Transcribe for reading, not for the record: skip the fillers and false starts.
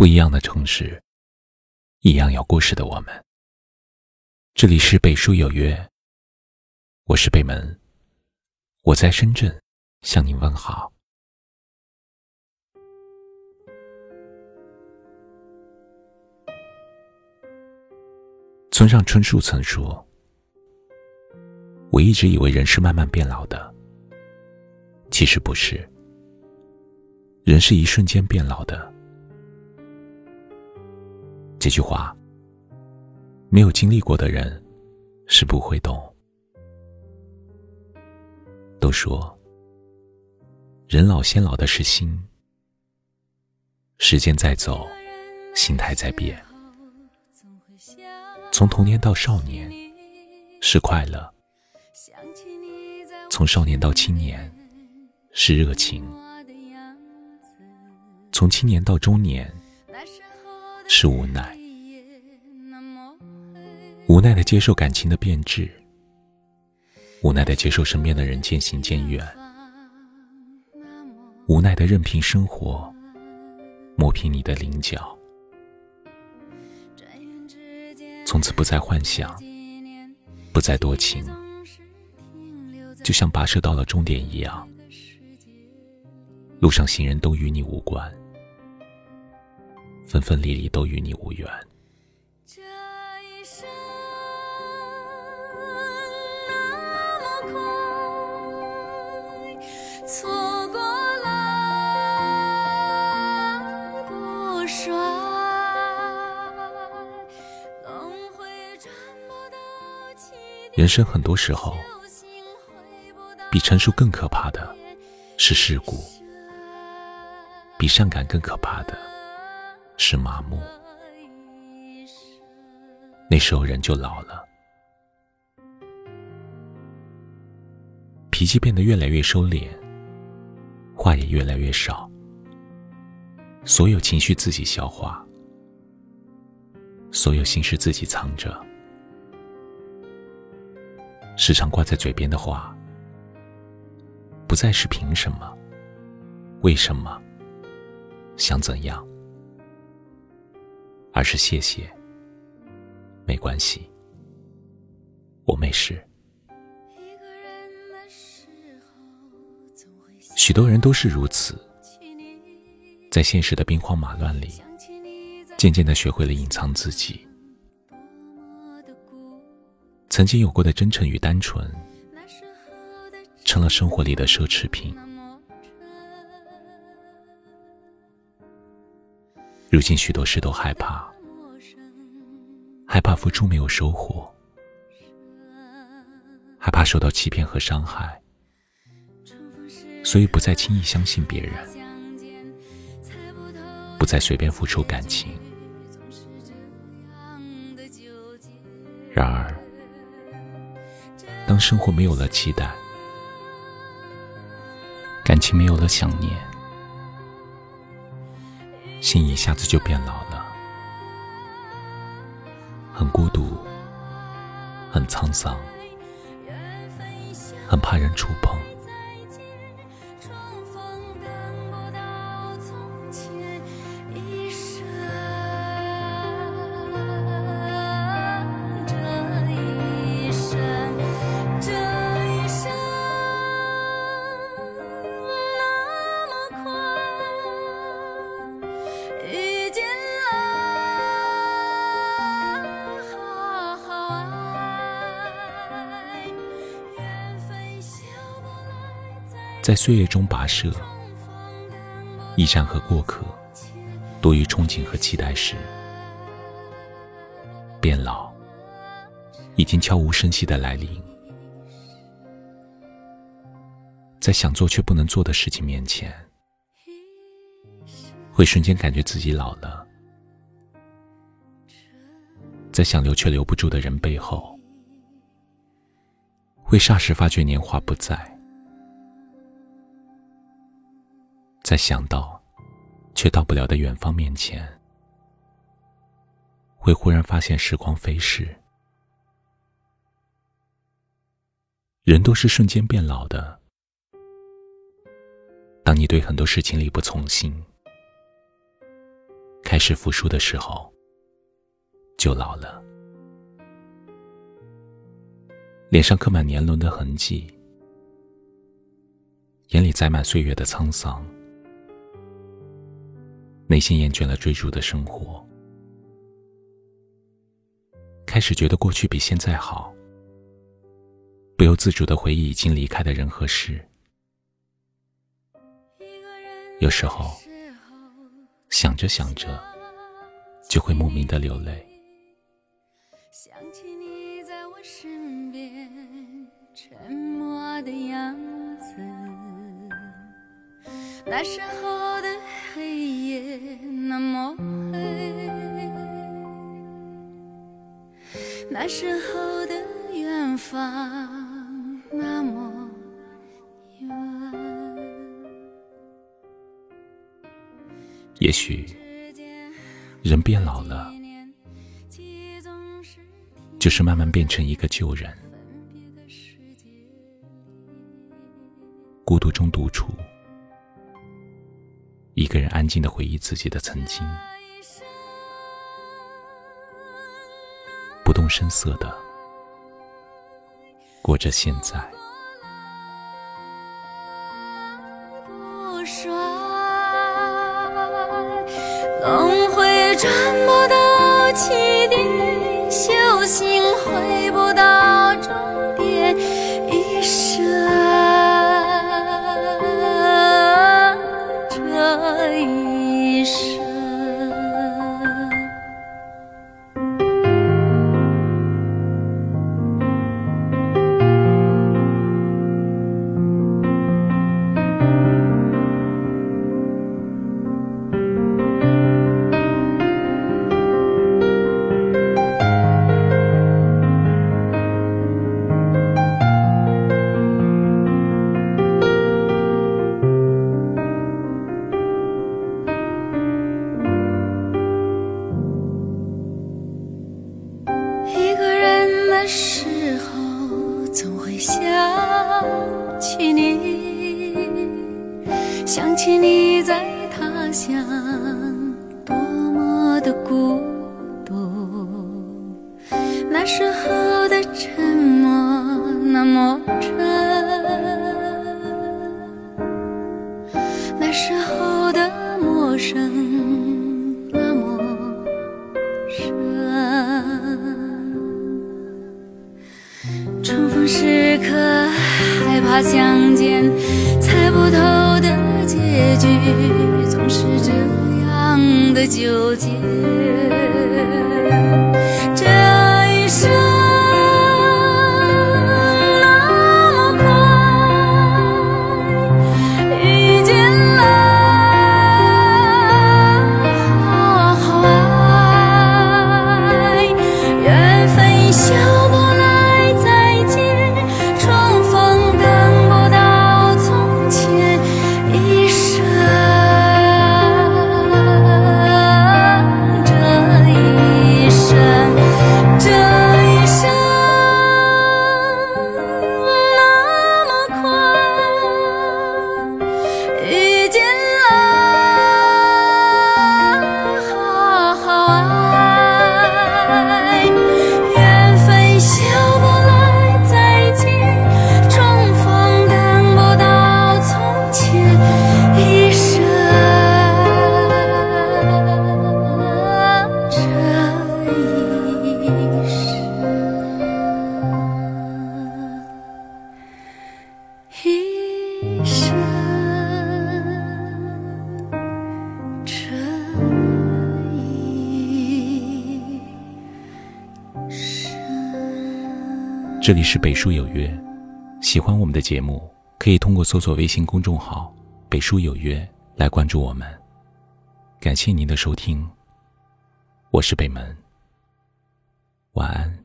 不一样的城市，一样有故事的我们。这里是北书有约，我是北门，我在深圳向您问好。村上春树曾说，我一直以为人是慢慢变老的，其实不是，人是一瞬间变老的。这句话，没有经历过的人是不会懂。都说，人老先老的是心，时间在走，心态在变。从童年到少年是快乐，从少年到青年是热情，从青年到中年是无奈。无奈地接受感情的变质，无奈地接受身边的人渐行渐远，无奈地任凭生活磨平你的棱角。从此不再幻想，不再多情，就像跋涉到了终点一样，路上行人都与你无关，分分离离都与你无缘。 错过了不衰， 人生很多时候，比成熟更可怕的是世故，比善感更可怕的是麻木。那时候人就老了，脾气变得越来越收敛，话也越来越少，所有情绪自己消化，所有心事自己藏着。时常挂在嘴边的话，不再是凭什么、为什么、想怎样，而是谢谢、没关系、我没事。许多人都是如此，在现实的兵荒马乱里，渐渐地学会了隐藏自己。曾经有过的真诚与单纯，成了生活里的奢侈品。如今许多事都害怕，害怕付出没有收获，害怕受到欺骗和伤害，所以不再轻易相信别人，不再随便付出感情。然而当生活没有了期待，感情没有了想念，心一下子就变老了，很孤独，很沧桑，很怕人触碰。在岁月中跋涉，驿站和过客多于憧憬和期待时，变老已经悄无声息地来临。在想做却不能做的事情面前，会瞬间感觉自己老了。在想留却留不住的人背后，会霎时发觉年华不在。在想到却到不了的远方面前，会忽然发现时光飞逝。人都是瞬间变老的，当你对很多事情力不从心，开始服输的时候，就老了。脸上刻满年轮的痕迹，眼里载满岁月的沧桑，内心厌倦了追逐的生活，开始觉得过去比现在好，不由自主地回忆已经离开的人和事。有时候想着想着就会莫名的流泪， 想起你在我身边沉默的样子，那时候的黑夜那么黑，那时候的远方那么远。 也许人变老了，就是慢慢变成一个旧人，孤独中独处，一个人安静地回忆自己的曾经，不动声色地过着现在。 不衰，轮回转不到起点，修行回不到终点，一生这一生。的时候总会想起你，想起你在他乡多么的孤独，那时候的沉默那么真，那时候的陌生那么深，重逢时刻害怕相见，猜不透的结局总是这样的纠结，这一生那么快遇见了好爱，缘分消不来再见，重逢等不到从前，一生这一生那么快遇见了好爱，缘分消不来再见，重逢等不到从前，一生这一生这一生。 这里是北书有约，喜欢我们的节目，可以通过搜索微信公众号北书有约来关注我们。感谢您的收听，我是北门，晚安。